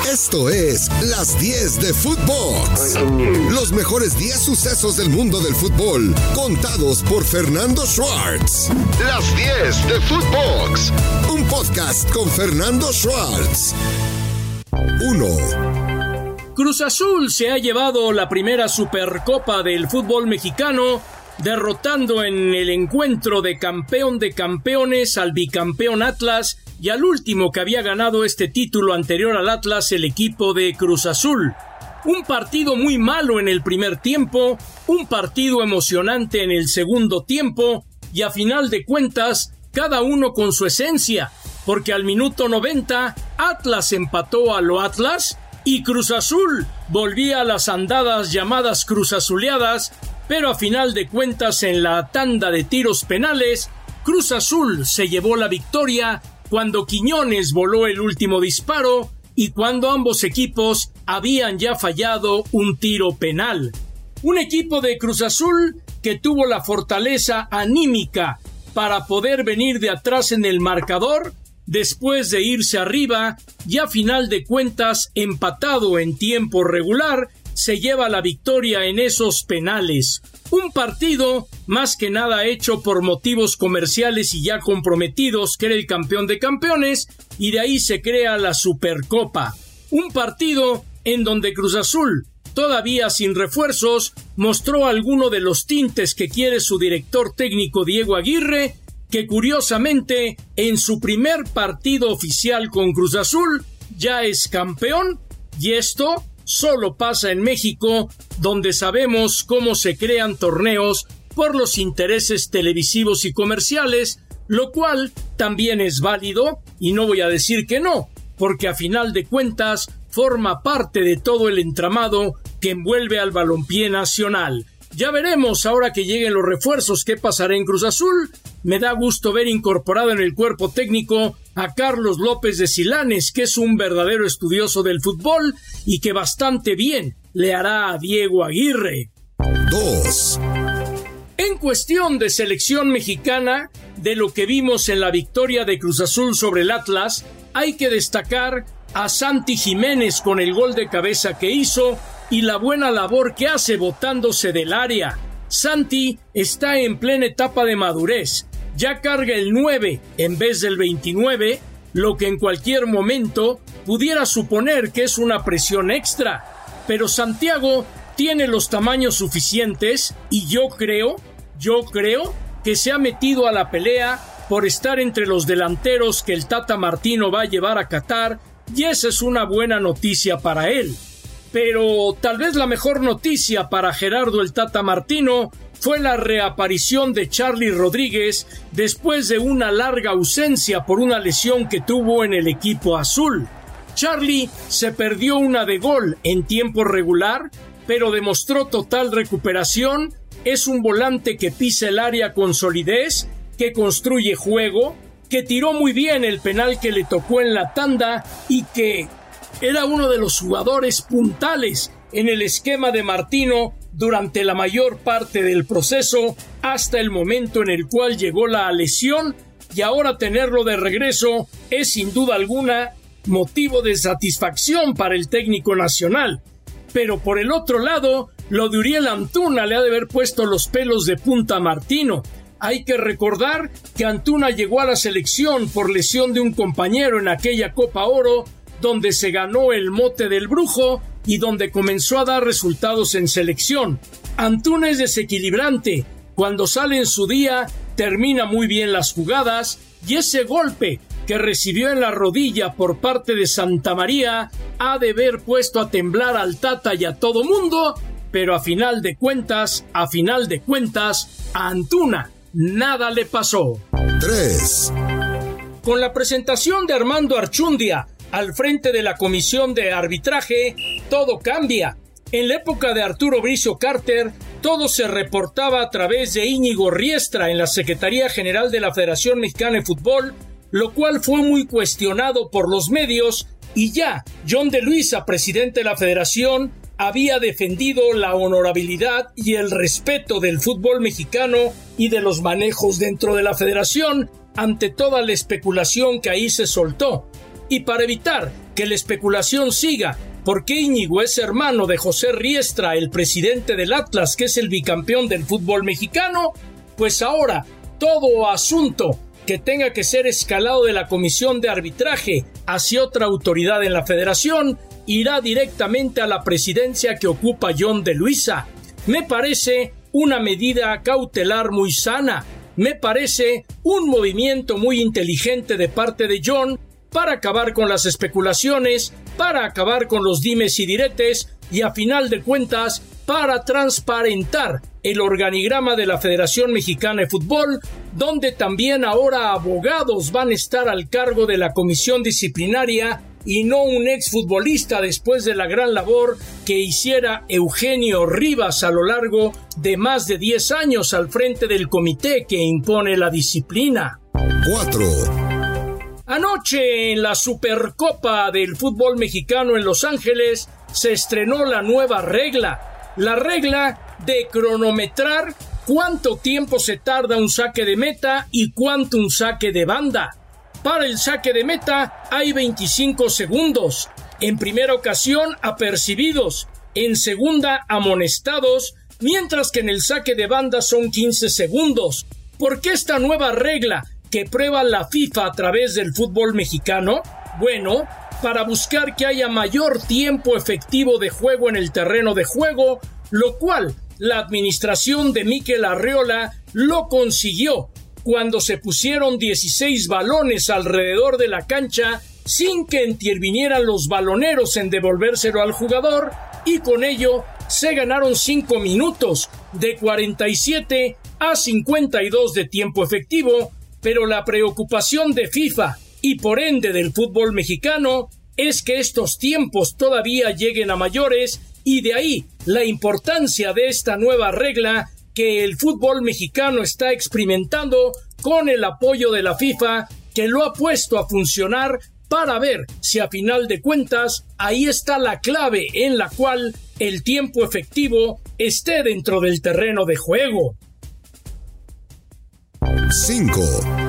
Esto es Las 10 de Footbox. Los mejores 10 sucesos del mundo del fútbol, contados por Fernando Schwartz. Las 10 de Footbox. Un podcast con Fernando Schwartz. 1. Cruz Azul se ha llevado la primera Supercopa del fútbol mexicano, derrotando en el encuentro de campeón de campeones al bicampeón Atlas y al último que había ganado este título anterior al Atlas, el equipo de Cruz Azul. Un partido muy malo en el primer tiempo, un partido emocionante en el segundo tiempo y a final de cuentas, cada uno con su esencia, porque al minuto 90 Atlas empató a lo Atlas y Cruz Azul volvía a las andadas llamadas cruzazuleadas, pero a final de cuentas en la tanda de tiros penales, Cruz Azul se llevó la victoria cuando Quiñones voló el último disparo y cuando ambos equipos habían ya fallado un tiro penal. Un equipo de Cruz Azul que tuvo la fortaleza anímica para poder venir de atrás en el marcador después de irse arriba y a final de cuentas empatado en tiempo regular, se lleva la victoria en esos penales. Un partido más que nada hecho por motivos comerciales y ya comprometidos, que era el campeón de campeones, y de ahí se crea la Supercopa. Un partido en donde Cruz Azul, todavía sin refuerzos, mostró alguno de los tintes que quiere su director técnico Diego Aguirre, que curiosamente en su primer partido oficial con Cruz Azul ya es campeón, y esto solo pasa en México, donde sabemos cómo se crean torneos por los intereses televisivos y comerciales, lo cual también es válido, y no voy a decir que no, porque a final de cuentas forma parte de todo el entramado que envuelve al balompié nacional. Ya veremos ahora que lleguen los refuerzos qué pasará en Cruz Azul. Me da gusto ver incorporado en el cuerpo técnico a Carlos López de Silanes, que es un verdadero estudioso del fútbol y que bastante bien le hará a Diego Aguirre. 2. En cuestión de selección mexicana, de lo que vimos en la victoria de Cruz Azul sobre el Atlas, hay que destacar a Santi Jiménez con el gol de cabeza que hizo y la buena labor que hace botándose del área. Santi está en plena etapa de madurez, ya carga el 9 en vez del 29, lo que en cualquier momento pudiera suponer que es una presión extra, pero Santiago tiene los tamaños suficientes y yo creo que se ha metido a la pelea por estar entre los delanteros que el Tata Martino va a llevar a Qatar, y esa es una buena noticia para él. Pero tal vez la mejor noticia para Gerardo el Tata Martino fue la reaparición de Charly Rodríguez después de una larga ausencia por una lesión que tuvo en el equipo azul. Charly se perdió una de gol en tiempo regular, pero demostró total recuperación. Es un volante que pisa el área con solidez, que construye juego, que tiró muy bien el penal que le tocó en la tanda y que era uno de los jugadores puntales en el esquema de Martino durante la mayor parte del proceso hasta el momento en el cual llegó la lesión, y ahora tenerlo de regreso es sin duda alguna motivo de satisfacción para el técnico nacional. Pero por el otro lado, lo de Uriel Antuna le ha de haber puesto los pelos de punta a Martino. Hay que recordar que Antuna llegó a la selección por lesión de un compañero en aquella Copa Oro, donde se ganó el mote del brujo y donde comenzó a dar resultados en selección. Antuna es desequilibrante, cuando sale en su día termina muy bien las jugadas, y ese golpe que recibió en la rodilla por parte de Santa María ha de haber puesto a temblar al Tata y a todo mundo, pero a final de cuentas, a Antuna nada le pasó. 3. Con la presentación de Armando Archundia al frente de la comisión de arbitraje, todo cambia. En la época de Arturo Bricio Carter, todo se reportaba a través de Íñigo Riestra en la Secretaría General de la Federación Mexicana de Fútbol, lo cual fue muy cuestionado por los medios, y ya John de Luisa, presidente de la Federación, había defendido la honorabilidad y el respeto del fútbol mexicano y de los manejos dentro de la Federación ante toda la especulación que ahí se soltó. Y para evitar que la especulación siga, porque Íñigo es hermano de José Riestra, el presidente del Atlas, que es el bicampeón del fútbol mexicano, pues ahora todo asunto que tenga que ser escalado de la comisión de arbitraje hacia otra autoridad en la federación irá directamente a la presidencia que ocupa John de Luisa. Me parece una medida cautelar muy sana, me parece un movimiento muy inteligente de parte de John para acabar con las especulaciones, para acabar con los dimes y diretes y a final de cuentas para transparentar el organigrama de la Federación Mexicana de Fútbol, donde también ahora abogados van a estar al cargo de la comisión disciplinaria y no un exfutbolista después de la gran labor que hiciera Eugenio Rivas a lo largo de más de 10 años al frente del comité que impone la disciplina. 4. Anoche en la Supercopa del fútbol mexicano en Los Ángeles se estrenó la nueva regla, la regla de cronometrar cuánto tiempo se tarda un saque de meta y cuánto un saque de banda. Para el saque de meta hay 25 segundos, en primera ocasión apercibidos, en segunda amonestados, mientras que en el saque de banda son 15 segundos. ¿Por qué esta nueva regla que prueba la FIFA a través del fútbol mexicano? Bueno, para buscar que haya mayor tiempo efectivo de juego en el terreno de juego, lo cual la administración de Mikel Arreola lo consiguió cuando se pusieron 16 balones alrededor de la cancha sin que intervinieran los baloneros en devolvérselo al jugador, y con ello se ganaron 5 minutos de 47 a 52 de tiempo efectivo, pero la preocupación de FIFA y por ende del fútbol mexicano es que estos tiempos todavía lleguen a mayores, y de ahí la importancia de esta nueva regla que el fútbol mexicano está experimentando con el apoyo de la FIFA, que lo ha puesto a funcionar para ver si a final de cuentas ahí está la clave en la cual el tiempo efectivo esté dentro del terreno de juego. 5.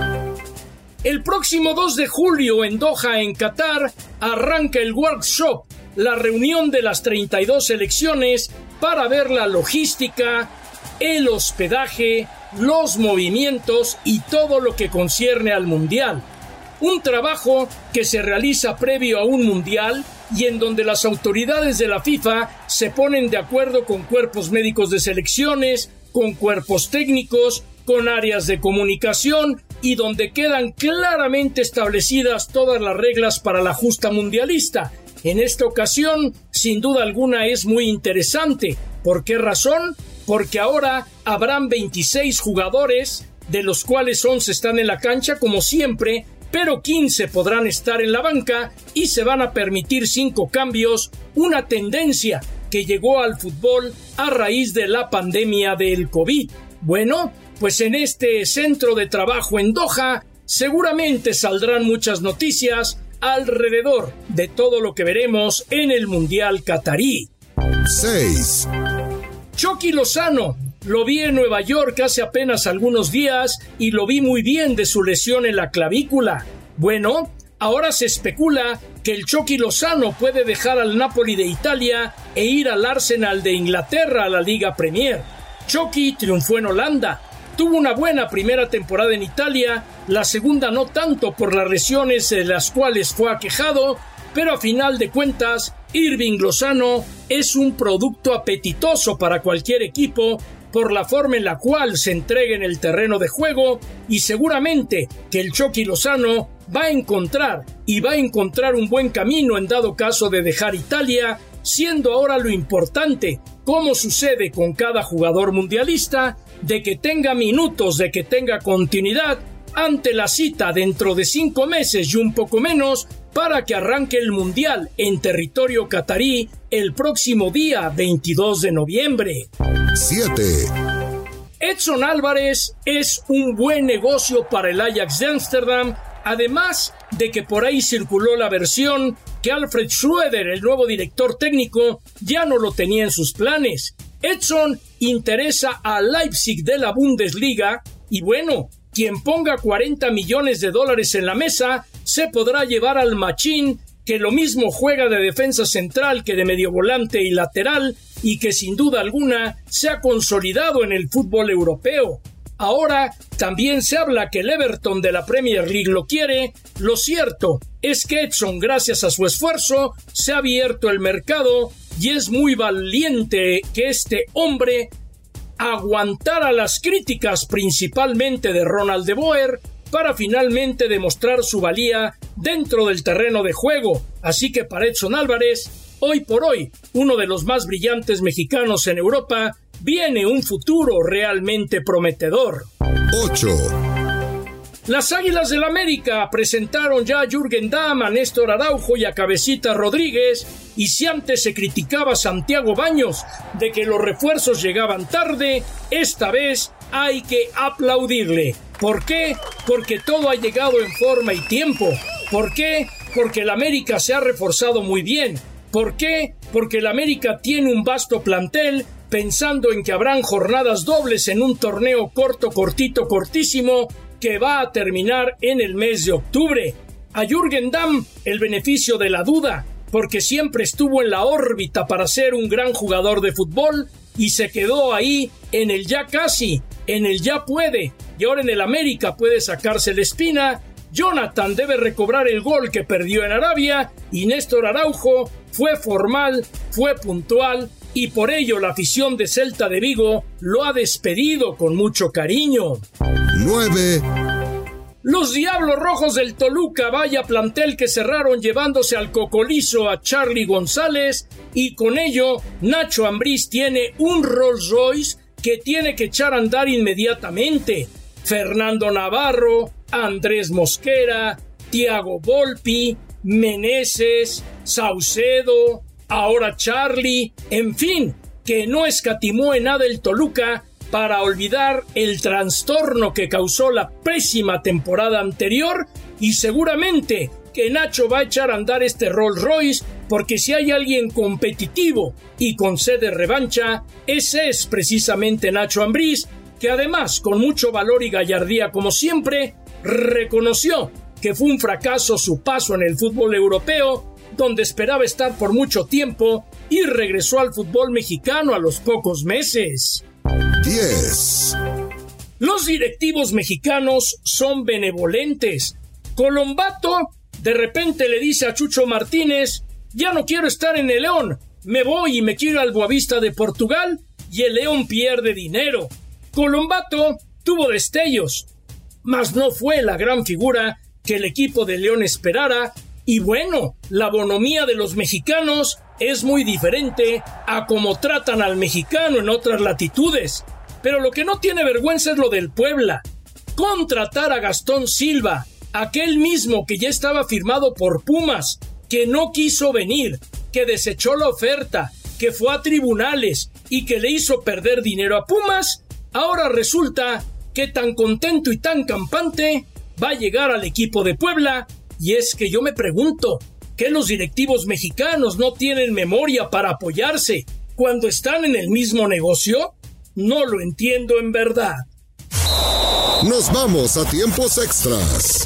El próximo 2 de julio en Doha, en Qatar, arranca el workshop, la reunión de las 32 selecciones para ver la logística, el hospedaje, los movimientos y todo lo que concierne al Mundial. Un trabajo que se realiza previo a un Mundial y en donde las autoridades de la FIFA se ponen de acuerdo con cuerpos médicos de selecciones, con cuerpos técnicos, con áreas de comunicación y donde quedan claramente establecidas todas las reglas para la justa mundialista. En esta ocasión, sin duda alguna, es muy interesante. ¿Por qué razón? Porque ahora habrán 26 jugadores, de los cuales 11 están en la cancha como siempre, pero 15 podrán estar en la banca y se van a permitir 5 cambios, una tendencia que llegó al fútbol a raíz de la pandemia del COVID. Bueno, pues en este centro de trabajo en Doha seguramente saldrán muchas noticias alrededor de todo lo que veremos en el Mundial Catarí. 6. Chucky Lozano, lo vi en Nueva York hace apenas algunos días y lo vi muy bien de su lesión en la clavícula. Bueno, ahora se especula que el Chucky Lozano puede dejar al Napoli de Italia e ir al Arsenal de Inglaterra a la Liga Premier. Chucky triunfó en Holanda, tuvo una buena primera temporada en Italia, la segunda no tanto por las lesiones de las cuales fue aquejado, pero a final de cuentas, Irving Lozano es un producto apetitoso para cualquier equipo por la forma en la cual se entrega en el terreno de juego, y seguramente que el Chucky Lozano va a encontrar un buen camino en dado caso de dejar Italia, siendo ahora lo importante, como sucede con cada jugador mundialista, de que tenga minutos, de que tenga continuidad ante la cita dentro de 5 meses y un poco menos para que arranque el Mundial en territorio catarí el próximo día 22 de noviembre. 7. Edson Álvarez es un buen negocio para el Ajax de Ámsterdam, además de que por ahí circuló la versión que Alfred Schröder, el nuevo director técnico, ya no lo tenía en sus planes. Edson interesa a Leipzig de la Bundesliga y bueno, quien ponga $40 millones en la mesa se podrá llevar al machín que lo mismo juega de defensa central que de medio volante y lateral, y que sin duda alguna se ha consolidado en el fútbol europeo. Ahora también se habla que el Everton de la Premier League lo quiere. Lo cierto es que Edson, gracias a su esfuerzo, se ha abierto el mercado y es muy valiente que este hombre aguantara las críticas principalmente de Ronald de Boer para finalmente demostrar su valía dentro del terreno de juego. Así que para Edson Álvarez, hoy por hoy, uno de los más brillantes mexicanos en Europa, viene un futuro realmente prometedor. 8. Las Águilas del América presentaron ya a Jürgen Damm, a Néstor Araujo y a Cabecita Rodríguez, y si antes se criticaba a Santiago Baños de que los refuerzos llegaban tarde, esta vez hay que aplaudirle. ¿Por qué? Porque todo ha llegado en forma y tiempo. ¿Por qué? Porque el América se ha reforzado muy bien. ¿Por qué? Porque el América tiene un vasto plantel, pensando en que habrán jornadas dobles en un torneo cortísimo, que va a terminar en el mes de octubre. A Jürgen Damm el beneficio de la duda, porque siempre estuvo en la órbita para ser un gran jugador de fútbol y se quedó ahí en el ya casi, en el ya puede, y ahora en el América puede sacarse la espina. Jonathan debe recobrar el gol que perdió en Arabia y Néstor Araujo fue formal, fue puntual, y por ello la afición de Celta de Vigo lo ha despedido con mucho cariño. 9. Los Diablos Rojos del Toluca, vaya plantel que cerraron llevándose al cocolizo a Charly González, y con ello Nacho Ambriz tiene un Rolls Royce que tiene que echar a andar inmediatamente. Fernando Navarro, Andrés Mosquera, Thiago Volpi, Meneses, Saucedo, ahora Charly, en fin, que no escatimó en nada el Toluca para olvidar el trastorno que causó la pésima temporada anterior, y seguramente que Nacho va a echar a andar este Rolls Royce, porque si hay alguien competitivo y con sed de revancha, ese es precisamente Nacho Ambriz, que además, con mucho valor y gallardía como siempre, reconoció que fue un fracaso su paso en el fútbol europeo, donde esperaba estar por mucho tiempo, y regresó al fútbol mexicano a los pocos meses. 10. Los directivos mexicanos son benevolentes. Colombato de repente le dice a Chucho Martínez: ya no quiero estar en el León, me voy y me quiero al Boavista de Portugal, y el León pierde dinero. Colombato tuvo destellos, mas no fue la gran figura que el equipo de León esperara, y bueno, la bonomía de los mexicanos es muy diferente a cómo tratan al mexicano en otras latitudes. Pero lo que no tiene vergüenza es lo del Puebla. Contratar a Gastón Silva, aquel mismo que ya estaba firmado por Pumas, que no quiso venir, que desechó la oferta, que fue a tribunales y que le hizo perder dinero a Pumas, ahora resulta que tan contento y tan campante va a llegar al equipo de Puebla. Y es que yo me pregunto, ¿qué los directivos mexicanos no tienen memoria para apoyarse cuando están en el mismo negocio? No lo entiendo en verdad. Nos vamos a tiempos extras.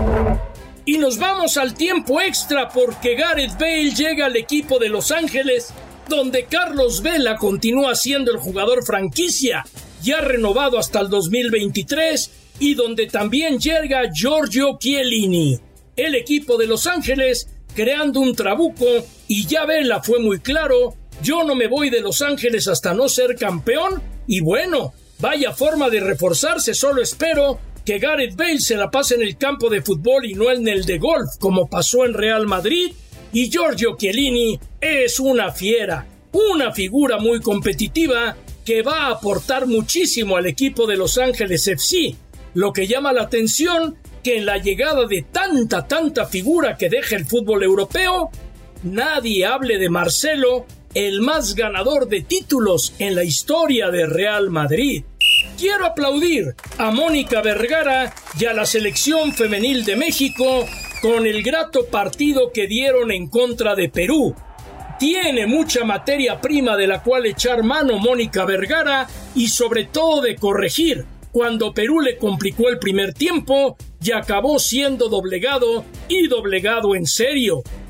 Y nos vamos al tiempo extra porque Gareth Bale llega al equipo de Los Ángeles, donde Carlos Vela continúa siendo el jugador franquicia, ya renovado hasta el 2023, y donde también llega Giorgio Chiellini. El equipo de Los Ángeles creando un trabuco, y ya Vela fue muy claro: yo no me voy de Los Ángeles hasta no ser campeón. Y bueno, vaya forma de reforzarse. Solo espero que Gareth Bale se la pase en el campo de fútbol y no en el de golf, como pasó en Real Madrid. Y Giorgio Chiellini es una fiera, una figura muy competitiva que va a aportar muchísimo al equipo de Los Ángeles FC. Lo que llama la atención, que en la llegada de tanta figura que deja el fútbol europeo, nadie hable de Marcelo, el más ganador de títulos en la historia de Real Madrid. Quiero aplaudir a Mónica Vergara y a la selección femenil de México con el grato partido que dieron en contra de Perú. Tiene mucha materia prima de la cual echar mano Mónica Vergara, y sobre todo de corregir cuando Perú le complicó el primer tiempo y acabó siendo doblegado, y doblegado en serio.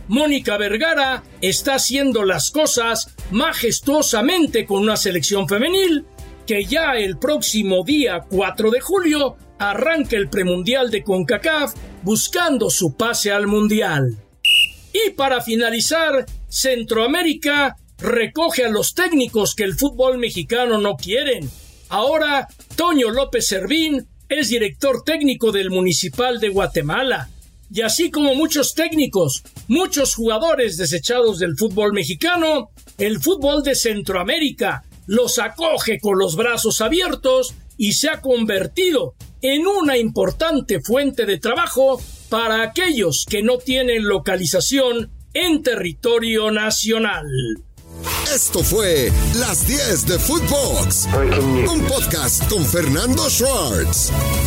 Mónica Vergara está haciendo las cosas majestuosamente con una selección femenil que ya el próximo día 4 de julio arranca el premundial de CONCACAF buscando su pase al mundial. Y para finalizar, Centroamérica recoge a los técnicos que el fútbol mexicano no quieren. Ahora, Toño López Servín es director técnico del Municipal de Guatemala. Y así como muchos técnicos, muchos jugadores desechados del fútbol mexicano, el fútbol de Centroamérica los acoge con los brazos abiertos y se ha convertido en una importante fuente de trabajo para aquellos que no tienen localización en territorio nacional. Esto fue Las 10 de Footbox, un podcast con Fernando Schwartz.